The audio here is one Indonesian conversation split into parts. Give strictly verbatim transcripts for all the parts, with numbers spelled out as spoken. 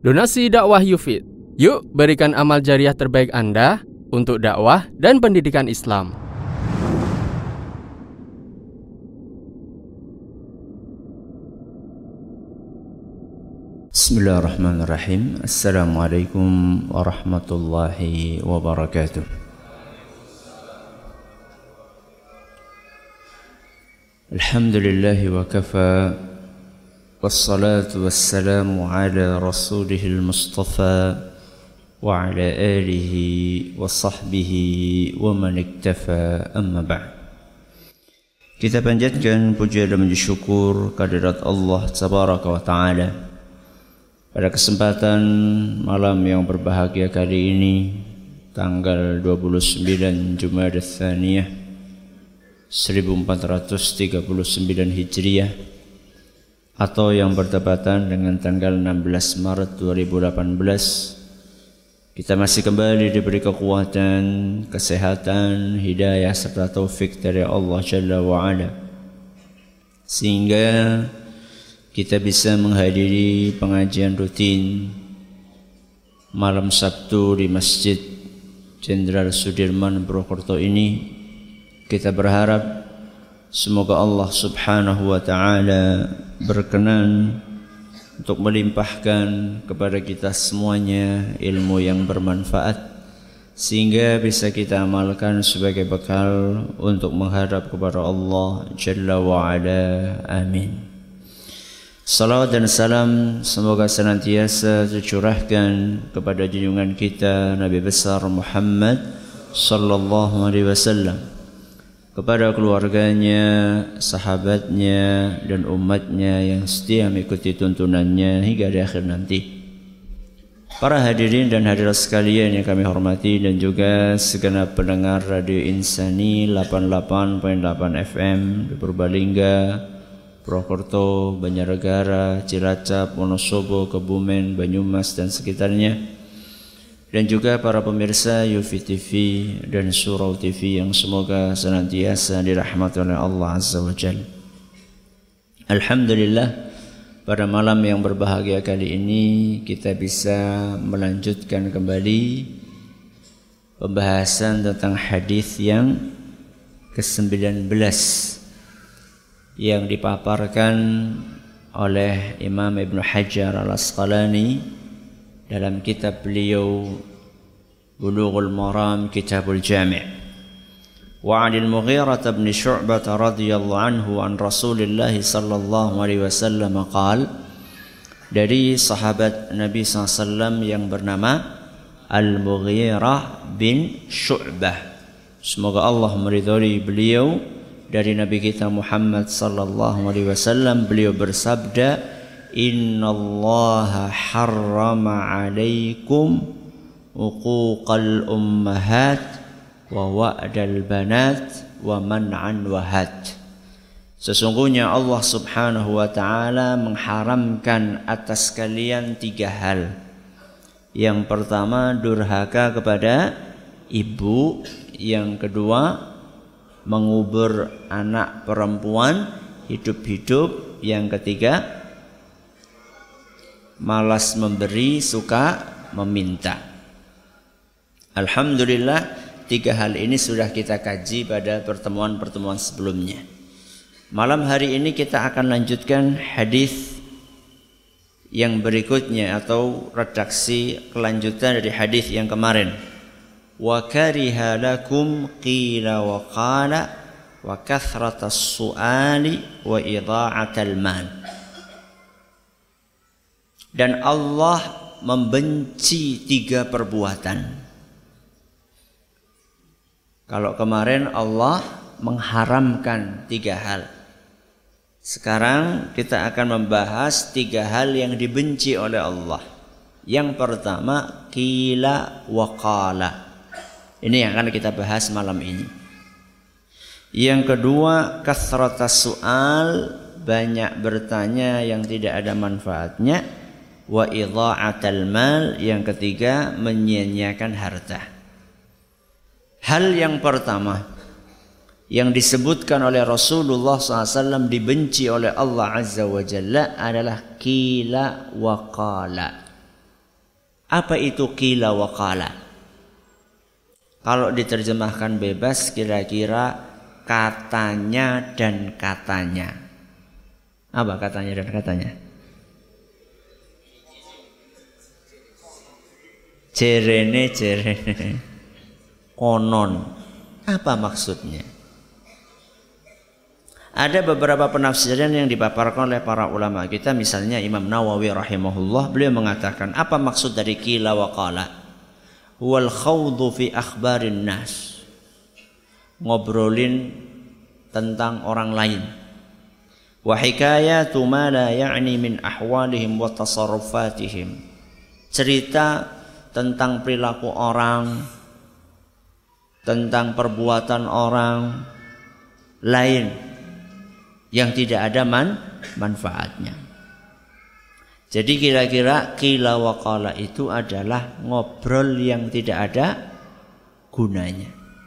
Donasi dakwah Yufid. Yuk berikan amal jariah terbaik Anda untuk dakwah dan pendidikan Islam. Bismillahirrahmanirrahim. Assalamualaikum warahmatullahi wabarakatuh. Alhamdulillahi wa kafa, wassalatu wassalamu ala rasulihil mustafa wa ala alihi wa sahbihi wa man iktafa, amma ba'd. Kita panjatkan puja dan puji syukur kehadirat Allah tabaraka wa ta'ala pada kesempatan malam yang berbahagia kali ini, tanggal dua puluh sembilan Jumadats Tsaniyah seribu empat ratus tiga puluh sembilan Hijriah, atau yang bertepatan dengan tanggal enam belas Maret dua ribu delapan belas. Kita masih kembali diberi kekuatan, kesehatan, hidayah serta taufik dari Allah Jalla wa'ala, sehingga kita bisa menghadiri pengajian rutin malam Sabtu di Masjid Jenderal Sudirman Purwokerto ini. Kita berharap semoga Allah Subhanahu wa ta'ala berkenan untuk melimpahkan kepada kita semuanya ilmu yang bermanfaat, sehingga bisa kita amalkan sebagai bekal untuk menghadap kepada Allah Jalla wa'ala. Amin. Salawat dan salam semoga senantiasa tercurahkan kepada junjungan kita Nabi besar Muhammad sallallahu alaihi wasallam, kepada keluarganya, sahabatnya, dan umatnya yang setia mengikuti tuntunannya hingga di akhir nanti. Para hadirin dan hadirat sekalian yang kami hormati, dan juga segenap pendengar Radio Insani delapan puluh delapan koma delapan F M di Purbalingga, Purwokerto, Banjarnegara, Cilacap, Wonosobo, Kebumen, Banyumas, dan sekitarnya, dan juga para pemirsa Yufi T V dan Surau T V yang semoga senantiasa dirahmati oleh Allah Azza wa Jalla. Alhamdulillah, pada malam yang berbahagia kali ini kita bisa melanjutkan kembali pembahasan tentang hadis yang ke sembilan belas yang dipaparkan oleh Imam Ibn Hajar Al-Asqalani dalam kitab beliau Bulughul Maram Kitabul Jami'. Wa 'anil Mughirah bin Syu'bah radhiyallahu anhu an Rasulillah sallallahu alaihi wasallam qaal, dari sahabat Nabi sallallahu alaihi wasallam yang bernama Al-Mughirah bin Syu'bah, semoga Allah meridhai beliau, dari Nabi kita Muhammad sallallahu alaihi wasallam, beliau bersabda, innallaha harrama alaikum uquqal ummahat wa wa'dal banat wa man'an wahad. Sesungguhnya Allah Subhanahu wa ta'ala mengharamkan atas kalian tiga hal. Yang pertama, durhaka kepada ibu. Yang kedua, mengubur anak perempuan hidup-hidup. Yang ketiga, malas memberi, suka meminta. Alhamdulillah, tiga hal ini sudah kita kaji pada pertemuan-pertemuan sebelumnya. Malam hari ini kita akan lanjutkan hadis yang berikutnya, atau redaksi kelanjutan dari hadis yang kemarin. Wa kariha lakum qila wa qala wa kathratas su'ali wa idha'atal mal. Dan Allah membenci tiga perbuatan. Kalau kemarin Allah mengharamkan tiga hal, sekarang kita akan membahas tiga hal yang dibenci oleh Allah. Yang pertama, qila wa qala. Ini yang akan kita bahas malam ini. Yang kedua, kathratas su'al, banyak bertanya yang tidak ada manfaatnya. Wa idha'atal mal, yang ketiga menyia-nyiakan harta. Hal yang pertama yang disebutkan oleh Rasulullah shallallahu alaihi wasallam dibenci oleh Allah Azza wa Jalla adalah qila wa qala. Apa itu qila wa qala? Kalau diterjemahkan bebas kira-kira katanya dan katanya. Apa katanya dan katanya? Jerene jerene. Konon. Apa maksudnya? Ada beberapa penafsiran yang dipaparkan oleh para ulama kita, misalnya Imam Nawawi rahimahullah, beliau mengatakan apa maksud dari qila wa qala? Wal khawdu fi akhbarin nas. Ngobrolin tentang orang lain. Wa hikayatu ma la ya'ni min ahwalihim wa tasarrufatihim. Cerita tentang perilaku orang, tentang perbuatan orang lain yang tidak ada man, manfaatnya. Jadi kira-kira qila wa qala itu adalah ngobrol yang tidak ada gunanya.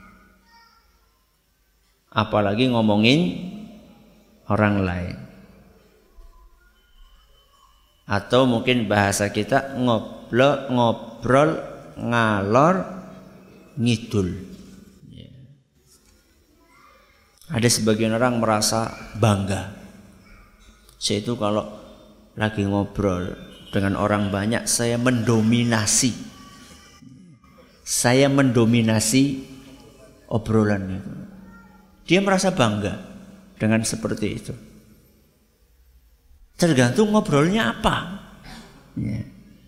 Apalagi ngomongin orang lain. Atau mungkin bahasa kita ngobrol, ngobrol ngalor ngidul. Ada sebagian orang merasa bangga. Saya itu kalau lagi ngobrol dengan orang banyak, saya mendominasi. Saya mendominasi obrolan itu. Dia merasa bangga dengan seperti itu. Tergantung ngobrolnya apa. Ya.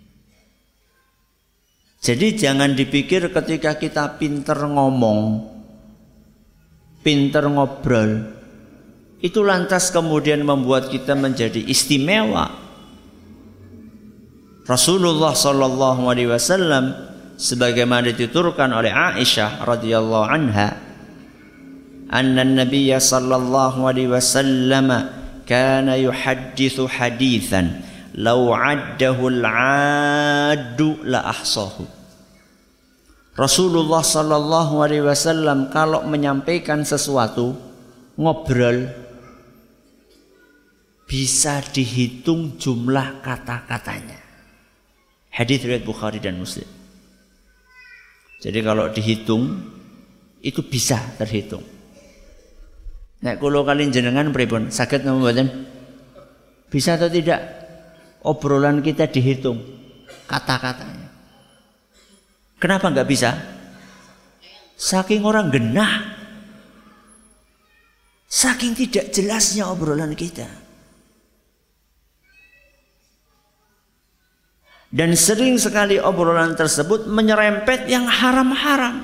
Jadi jangan dipikir ketika kita pinter ngomong, pinter ngobrol, itu lantas kemudian membuat kita menjadi istimewa. Rasulullah sallallahu alaihi wasallam sebagaimana dituturkan oleh Aisyah radhiyallahu anha, anna an-nabiy sallallahu alaihi wasallam kana yuhadditsu haditsan law 'addahu al-'addu la ahsahu. Rasulullah sallallahu alaihi wasallam kalau menyampaikan sesuatu, ngobrol, bisa dihitung jumlah kata-katanya. Hadis riwayat Bukhari dan Muslim. Jadi kalau dihitung itu bisa terhitung. Nek kula kalian jenengan pripun? Saged napa mboten? Bisa atau tidak? Obrolan kita dihitung kata-katanya. Kenapa enggak bisa? Saking orang genah, saking tidak jelasnya obrolan kita. Dan sering sekali obrolan tersebut menyerempet yang haram-haram.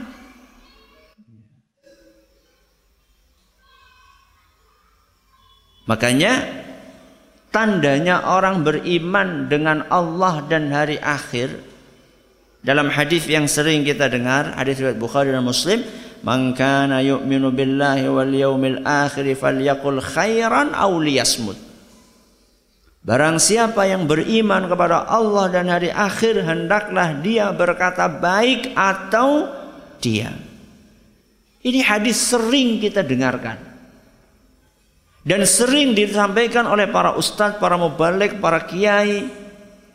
Makanya tandanya orang beriman dengan Allah dan hari akhir, dalam hadis yang sering kita dengar, hadis riwayat Bukhari dan Muslim, man kana yu'minu billahi wal yaumil akhir falyaqul khairan aw liyasmut. Barang siapa yang beriman kepada Allah dan hari akhir, hendaklah dia berkata baik atau diam. Ini hadis sering kita dengarkan dan sering disampaikan oleh para ustadz, para mubaligh, para kiai.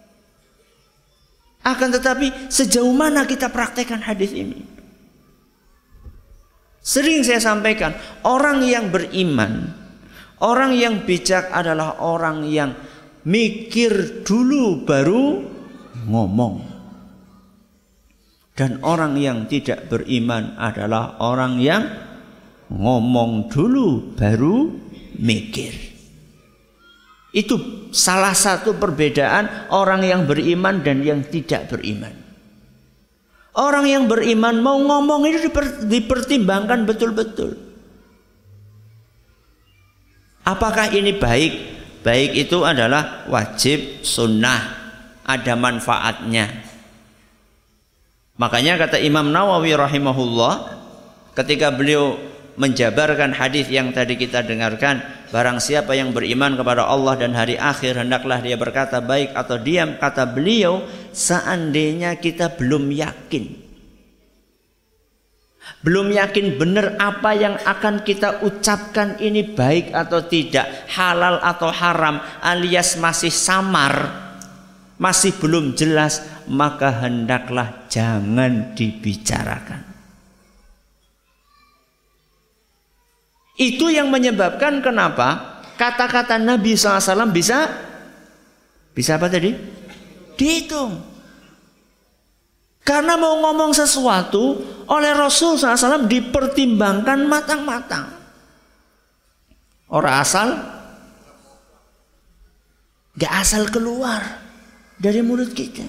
Akan tetapi sejauh mana kita praktekkan hadis ini? Sering saya sampaikan, orang yang beriman, orang yang bijak adalah orang yang mikir dulu baru ngomong. Dan orang yang tidak beriman adalah orang yang ngomong dulu baru mikir. Itu salah satu perbedaan orang yang beriman dan yang tidak beriman. Orang yang beriman mau ngomong itu diper, dipertimbangkan betul-betul. Apakah ini baik? Baik itu adalah wajib, sunnah, ada manfaatnya. Makanya kata Imam Nawawi rahimahullah, ketika beliau menjabarkan hadis yang tadi kita dengarkan, barang siapa yang beriman kepada Allah dan hari akhir, hendaklah dia berkata baik atau diam. Kata beliau, seandainya kita belum yakin, belum yakin benar apa yang akan kita ucapkan ini baik atau tidak, halal atau haram, alias masih samar, masih belum jelas, maka hendaklah jangan dibicarakan. Itu yang menyebabkan kenapa kata-kata Nabi shallallahu alaihi wasallam bisa bisa apa tadi? Dihitung. Karena mau ngomong sesuatu oleh Rasul shallallahu alaihi wasallam dipertimbangkan matang-matang. Orang asal, gak asal keluar dari mulut kita.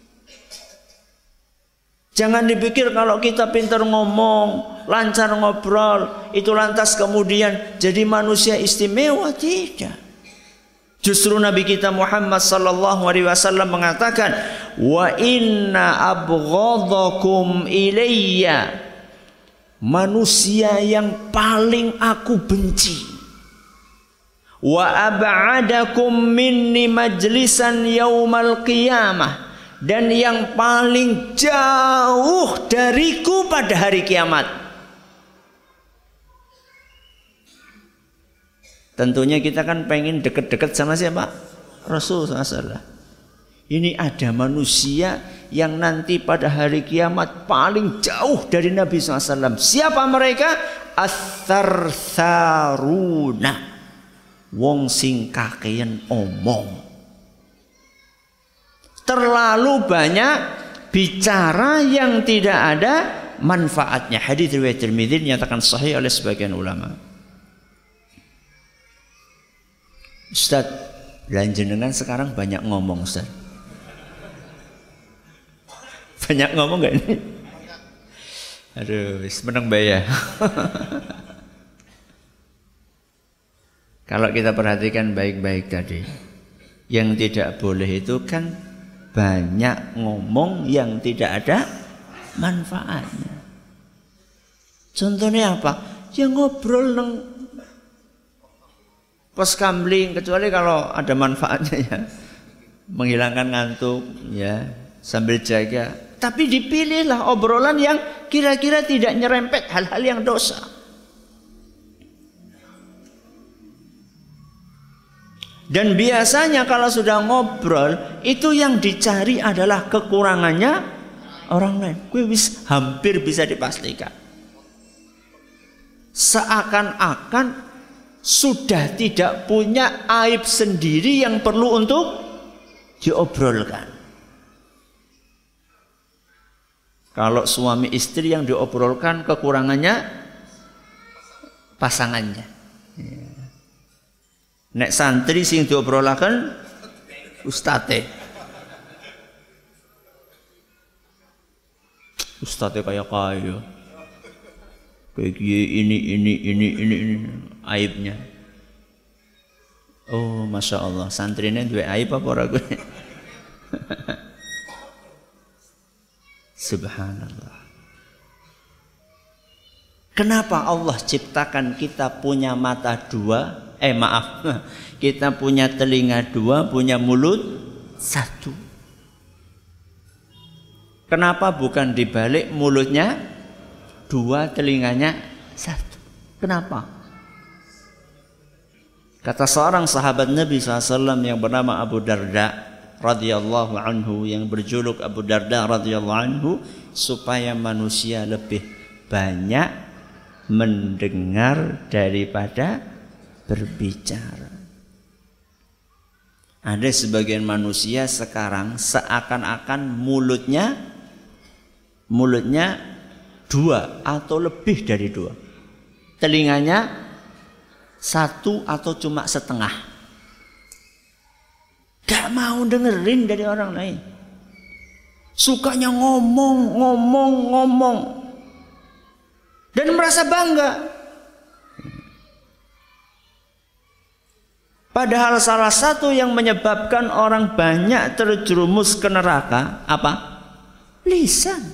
Jangan dipikir kalau kita pintar ngomong, lancar ngobrol, itu lantas kemudian jadi manusia istimewa. Tidak. Justru Nabi kita Muhammad sallallahu alaihi wasallam mengatakan, wa inna abghadakum ilayya, manusia yang paling aku benci, wa ab'adakum minni majlisan yaumal qiyamah, dan yang paling jauh dariku pada hari kiamat. Tentunya kita kan pengen deket-deket sama siapa? Rasul shallallahu alaihi wasallam. Ini ada manusia yang nanti pada hari kiamat paling jauh dari Nabi shallallahu alaihi wasallam. Siapa mereka? Ats-tsarsaruna, wong sing kakean omong, terlalu banyak bicara yang tidak ada manfaatnya. Hadits riwayat Tirmidzi dinyatakan sahih oleh sebagian ulama. Ustaz, lanjenengan sekarang banyak ngomong, Ustaz. Banyak ngomong gak ini? Aduh, menang bayar. Kalau kita perhatikan baik-baik tadi, yang tidak boleh itu kan banyak ngomong yang tidak ada manfaatnya. Contohnya apa? Ya ngobrol neng pos kamling, kecuali kalau ada manfaatnya ya, menghilangkan ngantuk ya, sambil jaga. Tapi dipilihlah obrolan yang kira-kira tidak nyerempet hal-hal yang dosa. Dan biasanya kalau sudah ngobrol, itu yang dicari adalah kekurangannya orang lain. Gue bis, hampir bisa dipastikan, seakan-akan sudah tidak punya aib sendiri yang perlu untuk diobrolkan. Kalau suami istri yang diobrolkan kekurangannya pasangannya. Nek santri sing diobrolaken ustate. Ustate kayak kaya. Kayak ini ini ini ini ini aibnya. Oh, masya Allah, santrinya dua aib apa ora gue? Subhanallah. Kenapa Allah ciptakan kita punya mata dua? Eh maaf, kita punya telinga dua, punya mulut satu. Kenapa bukan dibalik, mulutnya dua, telinganya satu? Kenapa? Kata seorang sahabat Nabi shallallahu alaihi wasallam yang bernama Abu Darda radhiyallahu anhu, yang berjuluk Abu Darda radhiyallahu anhu, supaya manusia lebih banyak mendengar daripada berbicara. Ada sebagian manusia sekarang seakan-akan mulutnya mulutnya dua atau lebih dari dua, telinganya satu atau cuma setengah, gak mau dengerin dari orang lain, sukanya ngomong ngomong ngomong dan merasa bangga. Padahal salah satu yang menyebabkan orang banyak terjerumus ke neraka apa? Lisan.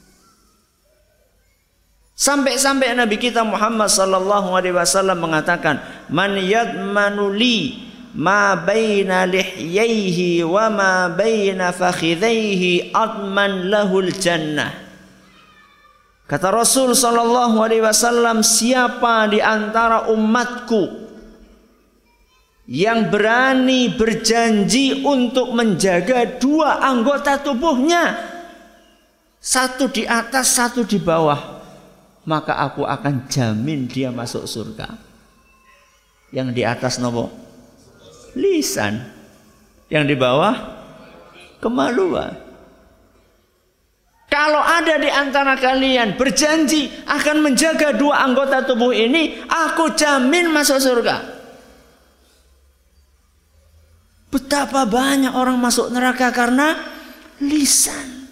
Sampai-sampai Nabi kita Muhammad sallallahu alaihi wasallam mengatakan, "Man yadmanu li ma baina lihyaihi wa ma baina fakhidhaihi adman lahul jannah." Kata Rasul sallallahu alaihi wasallam, siapa di antara umatku yang berani berjanji untuk menjaga dua anggota tubuhnya, satu di atas, satu di bawah, maka aku akan jamin dia masuk surga. Yang di atas nopo? Lisan. Yang di bawah? Kemaluan. Kalau ada di antara kalian berjanji akan menjaga dua anggota tubuh ini, aku jamin masuk surga. Betapa banyak orang masuk neraka karena lisan.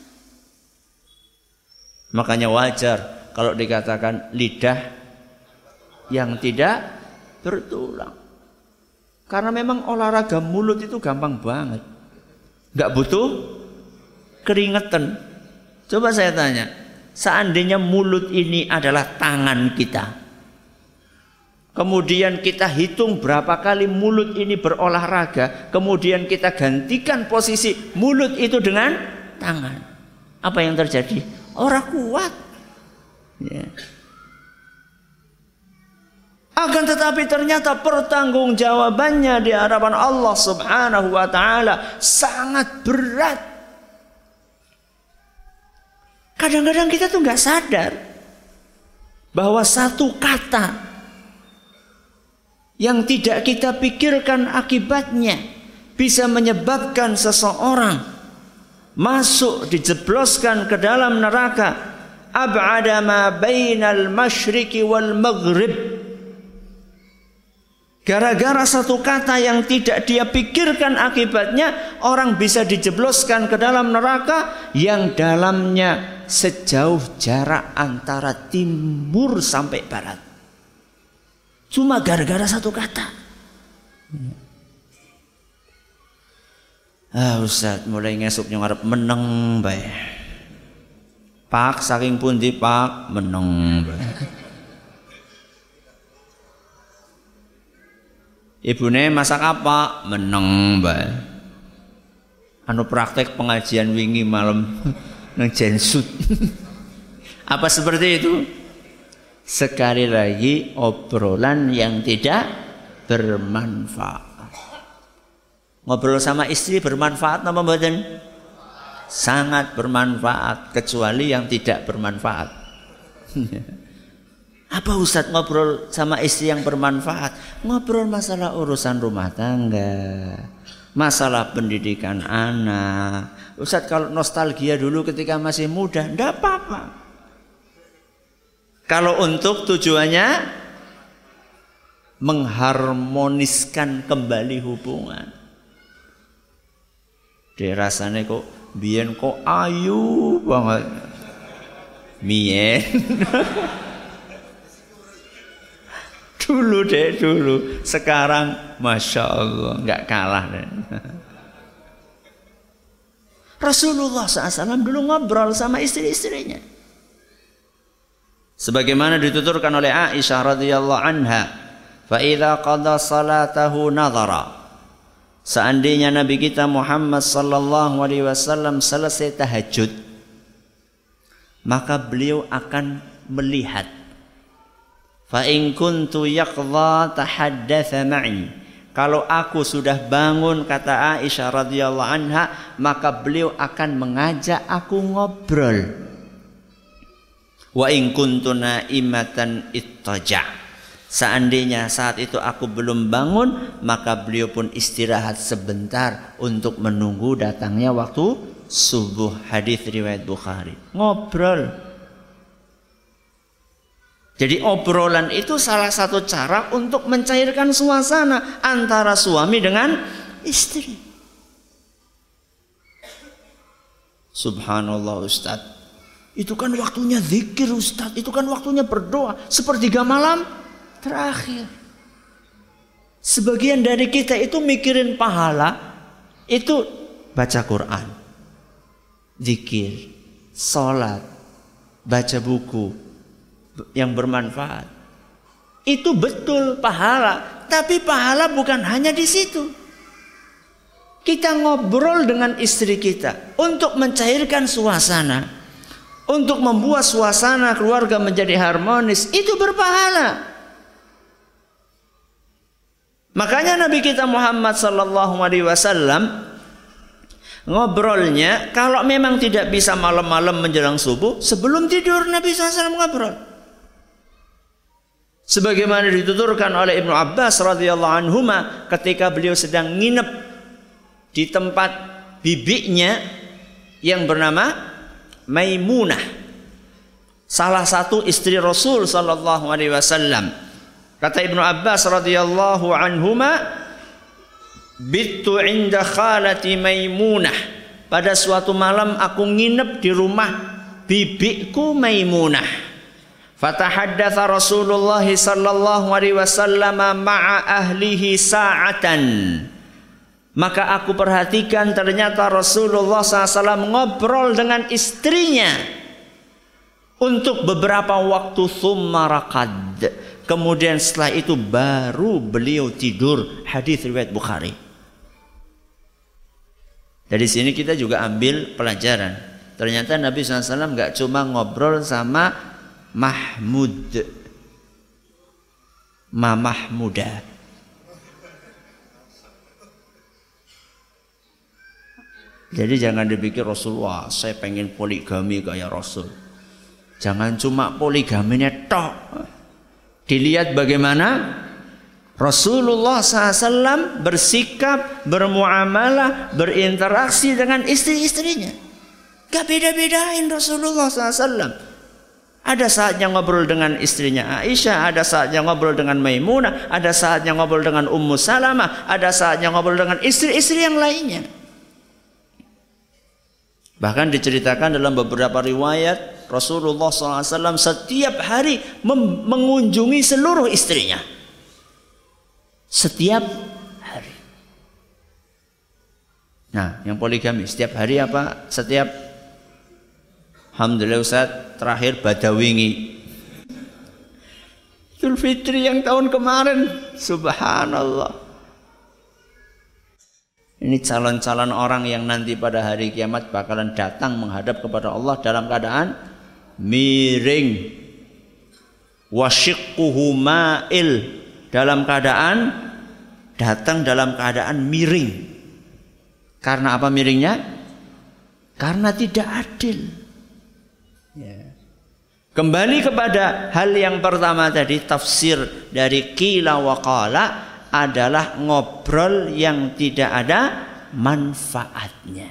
Makanya wajar kalau dikatakan lidah yang tidak bertulang. Karena memang olahraga mulut itu gampang banget. Gak butuh keringetan. Coba saya tanya, seandainya mulut ini adalah tangan kita, kemudian kita hitung berapa kali mulut ini berolahraga, kemudian kita gantikan posisi mulut itu dengan tangan, apa yang terjadi? Orang kuat ya. Akan tetapi ternyata pertanggungjawabannya di hadapan Allah Subhanahu wa ta'ala sangat berat. Kadang-kadang kita tuh nggak sadar bahwa satu kata yang tidak kita pikirkan akibatnya bisa menyebabkan seseorang masuk, dijebloskan ke dalam neraka. Ab'ada ma bainal masyriqi wal maghrib. Gara-gara satu kata yang tidak dia pikirkan akibatnya, orang bisa dijebloskan ke dalam neraka yang dalamnya sejauh jarak antara timur sampai barat. Cuma gara-gara satu kata. Ah Ustaz, mulai ngesuk yang ngarep meneng bae. Pak saking pundi Pak meneng bae. Ibune masak apa? Meneng bae. Anu praktek pengajian wingi malam nang jensut. Apa seperti itu? Sekali lagi obrolan yang tidak bermanfaat. Ngobrol sama istri bermanfaat apa mboten? Sangat bermanfaat, kecuali yang tidak bermanfaat. Apa Ustadz ngobrol sama istri yang bermanfaat? Ngobrol masalah urusan rumah tangga, masalah pendidikan anak. Ustadz kalau nostalgia dulu ketika masih muda, enggak apa-apa. Kalau untuk tujuannya mengharmoniskan kembali hubungan. Dia rasanya kok biyen kok ayu banget. Mien. Dulu deh dulu, sekarang masya Allah nggak kalah deh. Rasulullah shallallahu alaihi wasallam dulu ngobrol sama istri-istrinya, sebagaimana dituturkan oleh Aisyah radhiyallahu anha, fa idza qada salatahu nadhara. Seandainya Nabi kita Muhammad sallallahu alaihi wasallam selesai tahajud, maka beliau akan melihat. Fa in kuntu yaqdha tahaddatsa ma'i. Kalau aku sudah bangun, kata Aisyah radhiyallahu anha, maka beliau akan mengajak aku ngobrol. Wa in kuntu naimatan ittaja. Seandainya saat itu aku belum bangun, maka beliau pun istirahat sebentar untuk menunggu datangnya waktu subuh. Hadis riwayat Bukhari. Ngobrol. Jadi obrolan itu salah satu cara untuk mencairkan suasana antara suami dengan istri. Subhanallah Ustaz, itu kan waktunya zikir Ustaz, itu kan waktunya berdoa, sepertiga malam terakhir. Sebagian dari kita itu mikirin pahala, itu baca Quran, zikir, sholat, baca buku yang bermanfaat. Itu betul pahala, tapi pahala bukan hanya di situ. Kita ngobrol dengan istri kita untuk mencairkan suasana, untuk membuat suasana keluarga menjadi harmonis, itu berpahala. Makanya Nabi kita Muhammad sallallahu alaihi wasallam ngobrolnya kalau memang tidak bisa malam-malam menjelang subuh, sebelum tidur Nabi sallallahu alaihi wasallam ngobrol. Sebagaimana dituturkan oleh Ibnu Abbas radhiyallahu anhuma ketika beliau sedang nginep di tempat bibinya yang bernama Maimunah, salah satu istri Rasul sallallahu alaihi wasallam. Kata Ibnu Abbas radhiyallahu anhuma, "Bittu 'inda khalati Maimunah." Pada suatu malam aku nginep di rumah bibiku Maimunah. Fatahaddatsa Rasulullah sallallahu alaihi wasallam ma'a ahlihi sa'atan. Maka aku perhatikan ternyata Rasulullah sallallahu alaihi wasallam ngobrol dengan istrinya untuk beberapa waktu, thumma raqad. Kemudian setelah itu baru beliau tidur. Hadis riwayat Bukhari. Dari sini kita juga ambil pelajaran. Ternyata Nabi sallallahu alaihi wasallam gak cuma ngobrol sama Mahmud, Mamah muda. Jadi jangan dipikir Rasulullah saya pengen poligami kayak Rasul. Jangan cuma poligaminya tok. Dilihat bagaimana Rasulullah sallallahu alaihi wasallam bersikap, bermuamalah, berinteraksi dengan istri-istrinya. Gak beda-bedain Rasulullah sallallahu alaihi wasallam. Ada saatnya ngobrol dengan istrinya Aisyah, ada saatnya ngobrol dengan Maimunah, ada saatnya ngobrol dengan Ummu Salamah, ada saatnya ngobrol dengan istri-istri yang lainnya. Bahkan diceritakan dalam beberapa riwayat Rasulullah sallallahu alaihi wasallam setiap hari mengunjungi seluruh istrinya. Setiap hari. Nah, yang poligami setiap hari apa? Setiap? Alhamdulillah Ustaz, terakhir Badawingi. Idul Fitri yang tahun kemarin, subhanallah. Ini calon-calon orang yang nanti pada hari kiamat bakalan datang menghadap kepada Allah dalam keadaan miring, washiqquhu ma'il, dalam keadaan datang dalam keadaan miring. Karena apa miringnya? Karena tidak adil. Ya. Kembali kepada hal yang pertama tadi, tafsir dari qila wa qala adalah ngobrol yang tidak ada manfaatnya.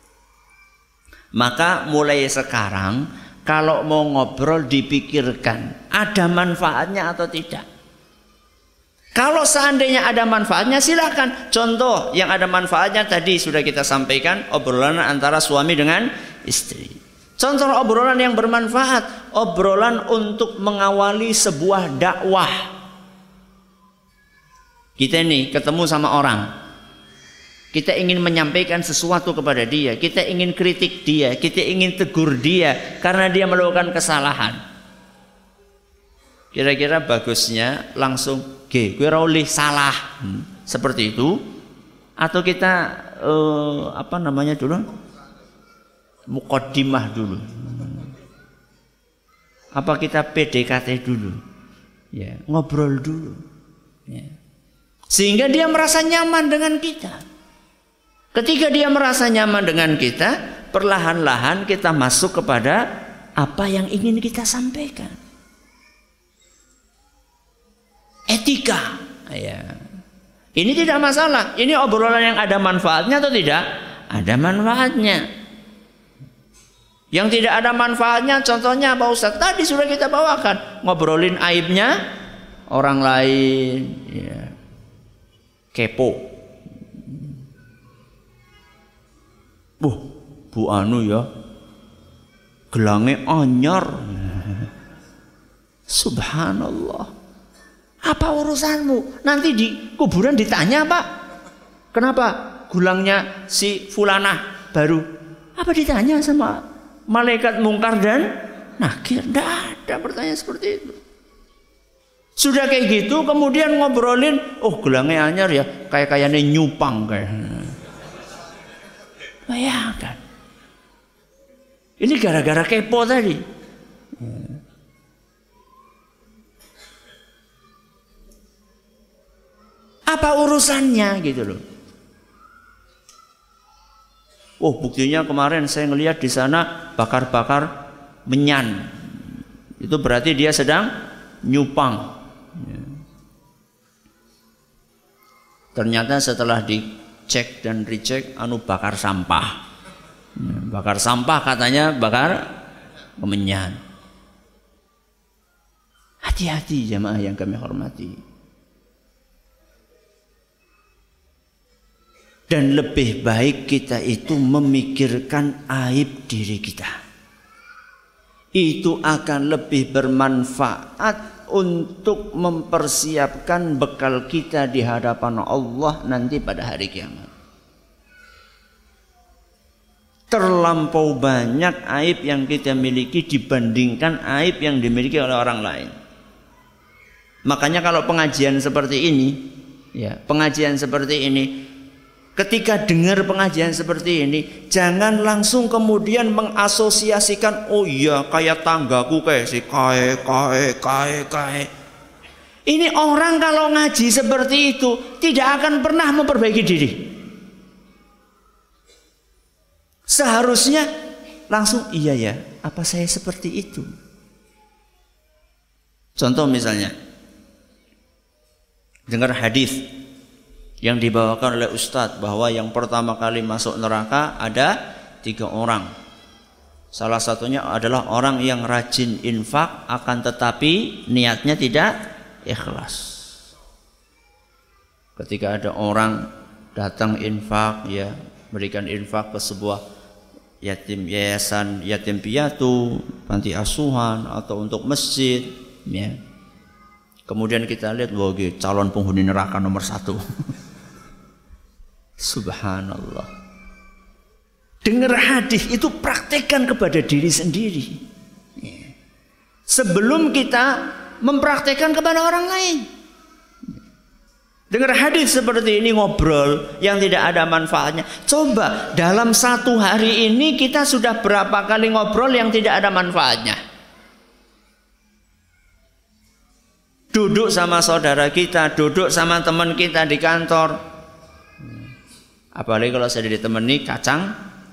Maka mulai sekarang kalau mau ngobrol dipikirkan ada manfaatnya atau tidak. Kalau seandainya ada manfaatnya silakan. Contoh yang ada manfaatnya tadi sudah kita sampaikan, obrolan antara suami dengan istri. Contoh obrolan yang bermanfaat, obrolan untuk mengawali sebuah dakwah. Kita ini ketemu sama orang, kita ingin menyampaikan sesuatu kepada dia, kita ingin kritik dia, kita ingin tegur dia karena dia melakukan kesalahan. Kira-kira bagusnya langsung, "Ge, gue raulih salah." Hmm, seperti itu. Atau kita uh, apa namanya dulu? Muqaddimah dulu. Apa kita P D K T dulu? Ya, ngobrol dulu. Ya. Sehingga dia merasa nyaman dengan kita. Ketika dia merasa nyaman dengan kita, perlahan-lahan kita masuk kepada apa yang ingin kita sampaikan. Etika. Ya. Ini tidak masalah. Ini obrolan yang ada manfaatnya atau tidak? Ada manfaatnya. Yang tidak ada manfaatnya, contohnya Pak Ustaz, tadi sudah kita bawakan, ngobrolin aibnya orang lain, ya. Kepo. Buh, Bu Anu ya, gelangnya anyar. Subhanallah. Apa urusanmu? Nanti di kuburan ditanya, Pak. Kenapa gelangnya si fulanah baru? Apa ditanya sama malaikat mungkar dan nakir? Tidak ada pertanyaan seperti itu. Sudah kayak gitu kemudian ngobrolin, oh gelangnya anyar ya, kayak kayaknya nyupang kayak. Bayangkan. Ini gara-gara kepo tadi. Apa urusannya gitu loh. Oh, buktinya kemarin saya ngelihat di sana bakar-bakar menyan. Itu berarti dia sedang nyupang. Ternyata setelah dicek dan recheck, anu bakar sampah. Bakar sampah katanya bakar menyan. Hati-hati jamaah yang kami hormati. Dan lebih baik kita itu memikirkan aib diri kita. Itu akan lebih bermanfaat untuk mempersiapkan bekal kita di hadapan Allah nanti pada hari kiamat. Terlampau banyak aib yang kita miliki dibandingkan aib yang dimiliki oleh orang lain. Makanya kalau pengajian seperti ini, ya, pengajian seperti ini, ketika dengar pengajian seperti ini, jangan langsung kemudian mengasosiasikan, oh iya kayak tanggaku kayak si kae kae kae kae. Ini orang kalau ngaji seperti itu tidak akan pernah memperbaiki diri. Seharusnya langsung iya ya, apa saya seperti itu? Contoh misalnya, dengar hadis yang dibawakan oleh Ustadz bahwa yang pertama kali masuk neraka ada tiga orang. Salah satunya adalah orang yang rajin infak akan tetapi niatnya tidak ikhlas. Ketika ada orang datang infak, ya, berikan infak ke sebuah yatim yayasan yatim piatu, panti asuhan atau untuk masjid, ya. Kemudian kita lihat, wah, calon penghuni neraka nomor satu. Subhanallah. Dengar hadis itu praktekkan kepada diri sendiri. Sebelum kita mempraktekkan kepada orang lain. Dengar hadis seperti ini, ngobrol yang tidak ada manfaatnya. Coba dalam satu hari ini kita sudah berapa kali ngobrol yang tidak ada manfaatnya. Duduk sama saudara kita, duduk sama teman kita di kantor. Apalagi kalau saya ditemani kacang,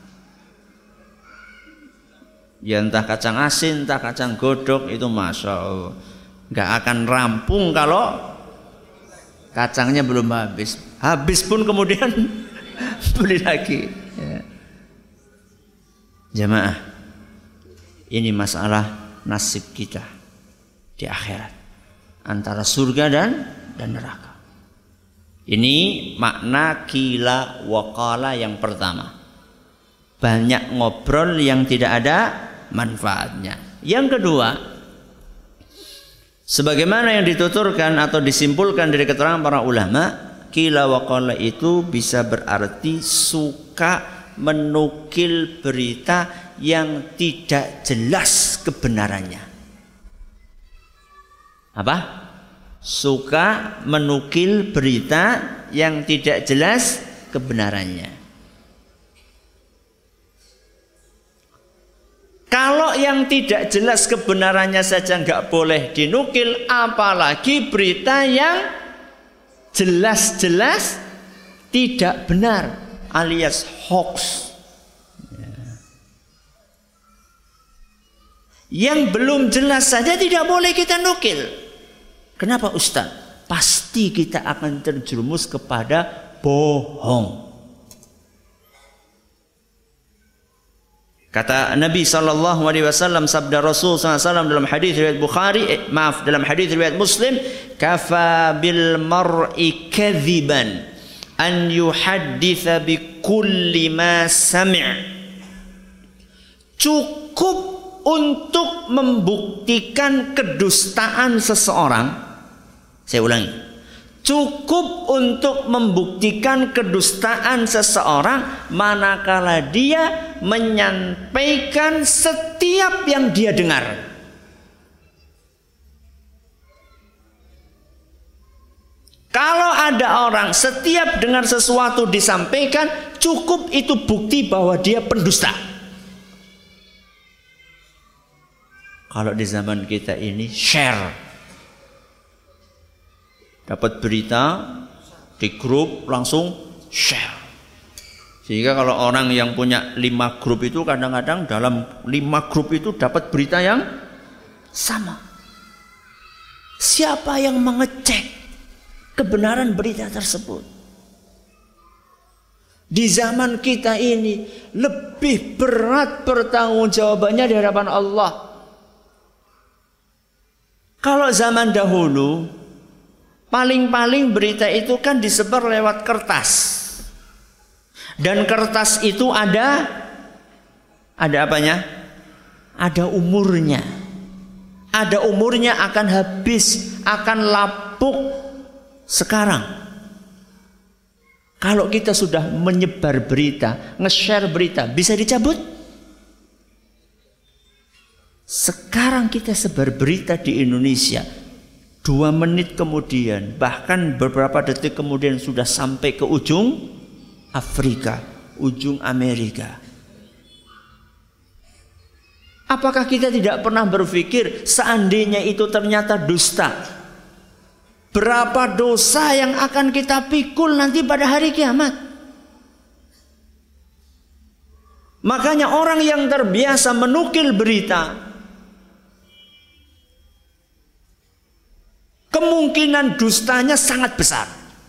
ya entah kacang asin, entah kacang godok, itu masya Allah nggak akan rampung kalau kacangnya belum habis. Habis pun kemudian beli lagi. Ya. Jamaah, ini masalah nasib kita di akhirat antara surga dan dan neraka. Ini makna kila wakala yang pertama. Banyak ngobrol yang tidak ada manfaatnya. Yang kedua, sebagaimana yang dituturkan atau disimpulkan dari keterangan para ulama, kila wakala itu bisa berarti suka menukil berita yang tidak jelas kebenarannya. Apa? Suka menukil berita yang tidak jelas kebenarannya. Kalau yang tidak jelas kebenarannya saja nggak boleh dinukil, apalagi berita yang jelas-jelas tidak benar alias hoax. Yang belum jelas saja tidak boleh kita nukil. Kenapa Ustaz? Pasti kita akan terjerumus kepada bohong. Kata Nabi sallallahu alaihi wasallam, sabda Rasul sallallahu alaihi wasallam dalam hadis riwayat Bukhari, eh, maaf dalam hadis riwayat Muslim, kafa bil mar'i kadziban an yuhadditsa bi kulli ma sami'. Cukup untuk membuktikan kedustaan seseorang. Saya ulangi, cukup untuk membuktikan kedustaan seseorang manakala dia menyampaikan setiap yang dia dengar. Kalau ada orang setiap dengar sesuatu disampaikan, cukup itu bukti bahwa dia pendusta. Kalau di zaman kita ini share, dapat berita di grup langsung share. Sehingga kalau orang yang punya lima grup itu kadang-kadang dalam lima grup itu dapat berita yang sama. Siapa yang mengecek kebenaran berita tersebut? Di zaman kita ini lebih berat pertanggungjawabannya di hadapan Allah. Kalau zaman dahulu paling-paling berita itu kan disebar lewat kertas. Dan kertas itu ada ada apanya? Ada umurnya. Ada umurnya, akan habis, akan lapuk. Sekarang kalau kita sudah menyebar berita, nge-share berita, bisa dicabut? Sekarang kita sebar berita di Indonesia, dua menit kemudian, bahkan beberapa detik kemudian sudah sampai ke ujung Afrika, ujung Amerika. Apakah kita tidak pernah berpikir seandainya itu ternyata dusta? Berapa dosa yang akan kita pikul nanti pada hari kiamat? Makanya orang yang terbiasa menukil berita, kemungkinan dustanya sangat besar.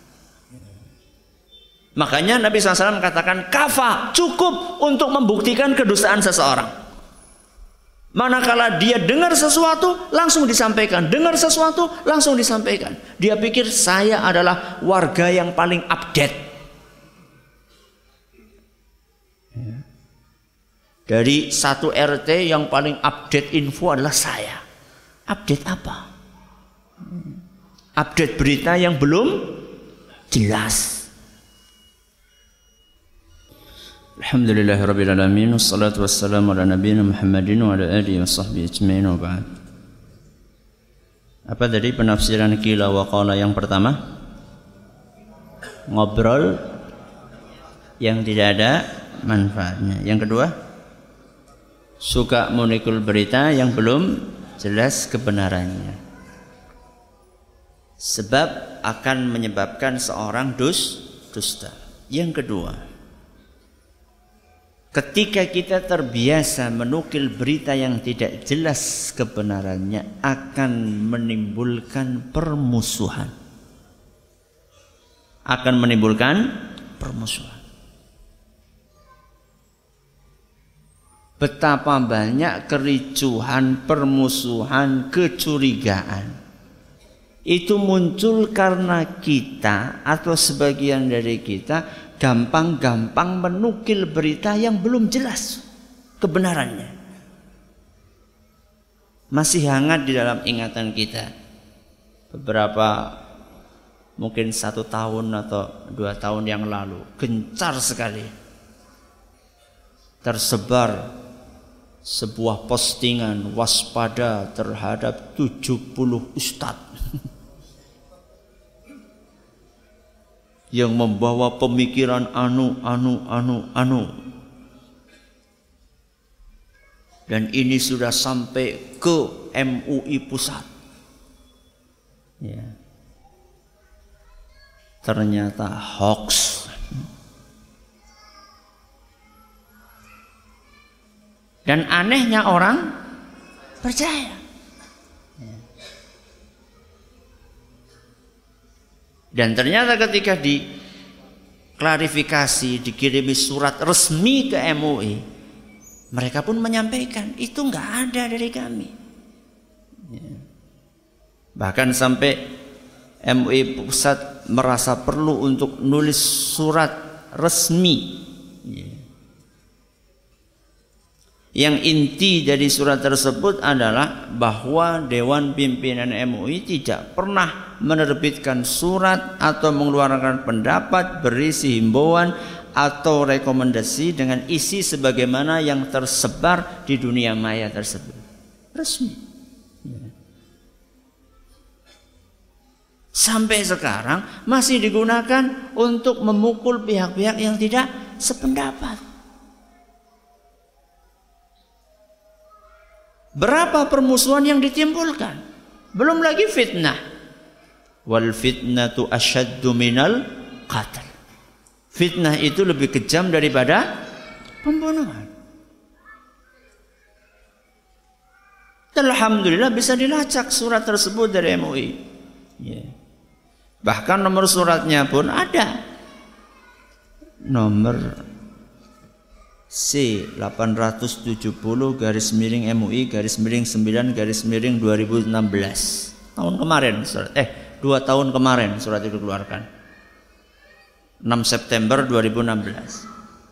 Makanya Nabi shallallahu alaihi wasallam katakan kafa, cukup untuk membuktikan kedustaan seseorang. Manakala dia dengar sesuatu langsung disampaikan, dengar sesuatu langsung disampaikan. Dia pikir saya adalah warga yang paling update. Dari satu R T yang paling update info adalah saya. Update apa? Update berita yang belum jelas. Alhamdulillahirabbil alamin, wassalatu wassalamu ala nabiyina Muhammadin wa ala alihi washabbihi ajmain wa ba'd. Apa tadi penafsiran qila wa qala yang pertama? Ngobrol yang tidak ada manfaatnya. Yang kedua, suka menikul berita yang belum jelas kebenarannya. Sebab akan menyebabkan seorang dus dusta. Yang kedua, ketika kita terbiasa menukil berita yang tidak jelas kebenarannya, akan menimbulkan permusuhan. Akan menimbulkan permusuhan. Betapa banyak kericuhan, permusuhan, kecurigaan. Itu muncul karena kita atau sebagian dari kita gampang-gampang menukil berita yang belum jelas kebenarannya. Masih hangat di dalam ingatan kita. Beberapa mungkin satu tahun atau dua tahun yang lalu, gencar sekali tersebar sebuah postingan waspada terhadap tujuh puluh ustadz yang membawa pemikiran anu, anu, anu, anu. Dan ini sudah sampai ke M U I pusat. Ya. Ternyata hoax. Dan anehnya orang percaya. Dan ternyata ketika diklarifikasi, dikirimi surat resmi ke M U I, mereka pun menyampaikan itu nggak ada dari kami. Ya. Bahkan sampai M U I pusat merasa perlu untuk nulis surat resmi. Ya. Yang inti dari surat tersebut adalah bahwa Dewan Pimpinan M U I tidak pernah menerbitkan surat atau mengeluarkan pendapat berisi himbauan atau rekomendasi dengan isi sebagaimana yang tersebar di dunia maya tersebut. Resmi. Sampai sekarang masih digunakan untuk memukul pihak-pihak yang tidak sependapat. Berapa permusuhan yang ditimbulkan? Belum lagi fitnah. Wal fitnatu asyaddu minal qatl. Fitnah itu lebih kejam daripada pembunuhan. Alhamdulillah bisa dilacak surat tersebut dari M U I. Ya. Bahkan nomor suratnya pun ada. Nomor C delapan ratus tujuh puluh garis miring M U I garis miring sembilan garis miring dua ribu enam belas. Tahun kemarin surat eh dua tahun kemarin surat itu dikeluarkan. enam September dua ribu enam belas.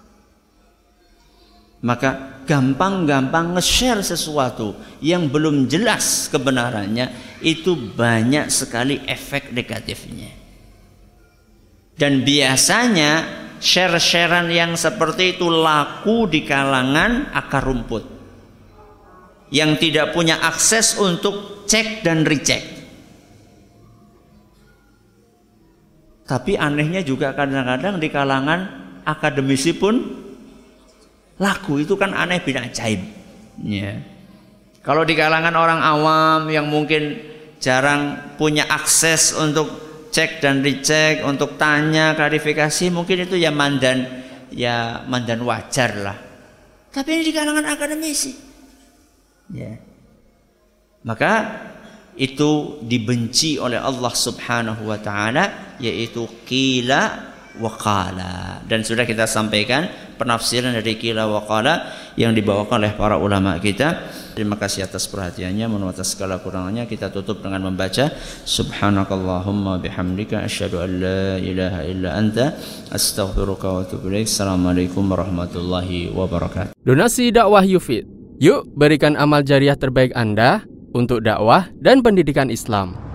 Maka gampang-gampang nge-share sesuatu yang belum jelas kebenarannya, itu banyak sekali efek negatifnya. Dan biasanya share-sharean yang seperti itu laku di kalangan akar rumput yang tidak punya akses untuk cek dan recheck. Tapi anehnya juga kadang-kadang di kalangan akademisi pun laku. Itu kan aneh bin ajaib. Ya. Kalau di kalangan orang awam yang mungkin jarang punya akses untuk cek dan dicek, untuk tanya, klarifikasi, mungkin itu ya mandan, ya mandan wajar lah. Tapi ini di kalangan akademisi. Ya. Maka itu dibenci oleh Allah Subhanahu wa taala, yaitu qila wa qala. Dan sudah kita sampaikan penafsiran dari qila wa qala yang dibawakan oleh para ulama kita. Terima kasih atas perhatiannya. Mohon atas segala kurangannya kita tutup dengan membaca subhanakallahumma bihamdika asyhadu an la ilaha illa anta astaghfiruka wa atubu ilaik. Assalamualaikum warahmatullahi wabarakatuh. Donasi dakwah Yufid. Yuk berikan amal jariah terbaik Anda untuk dakwah dan pendidikan Islam.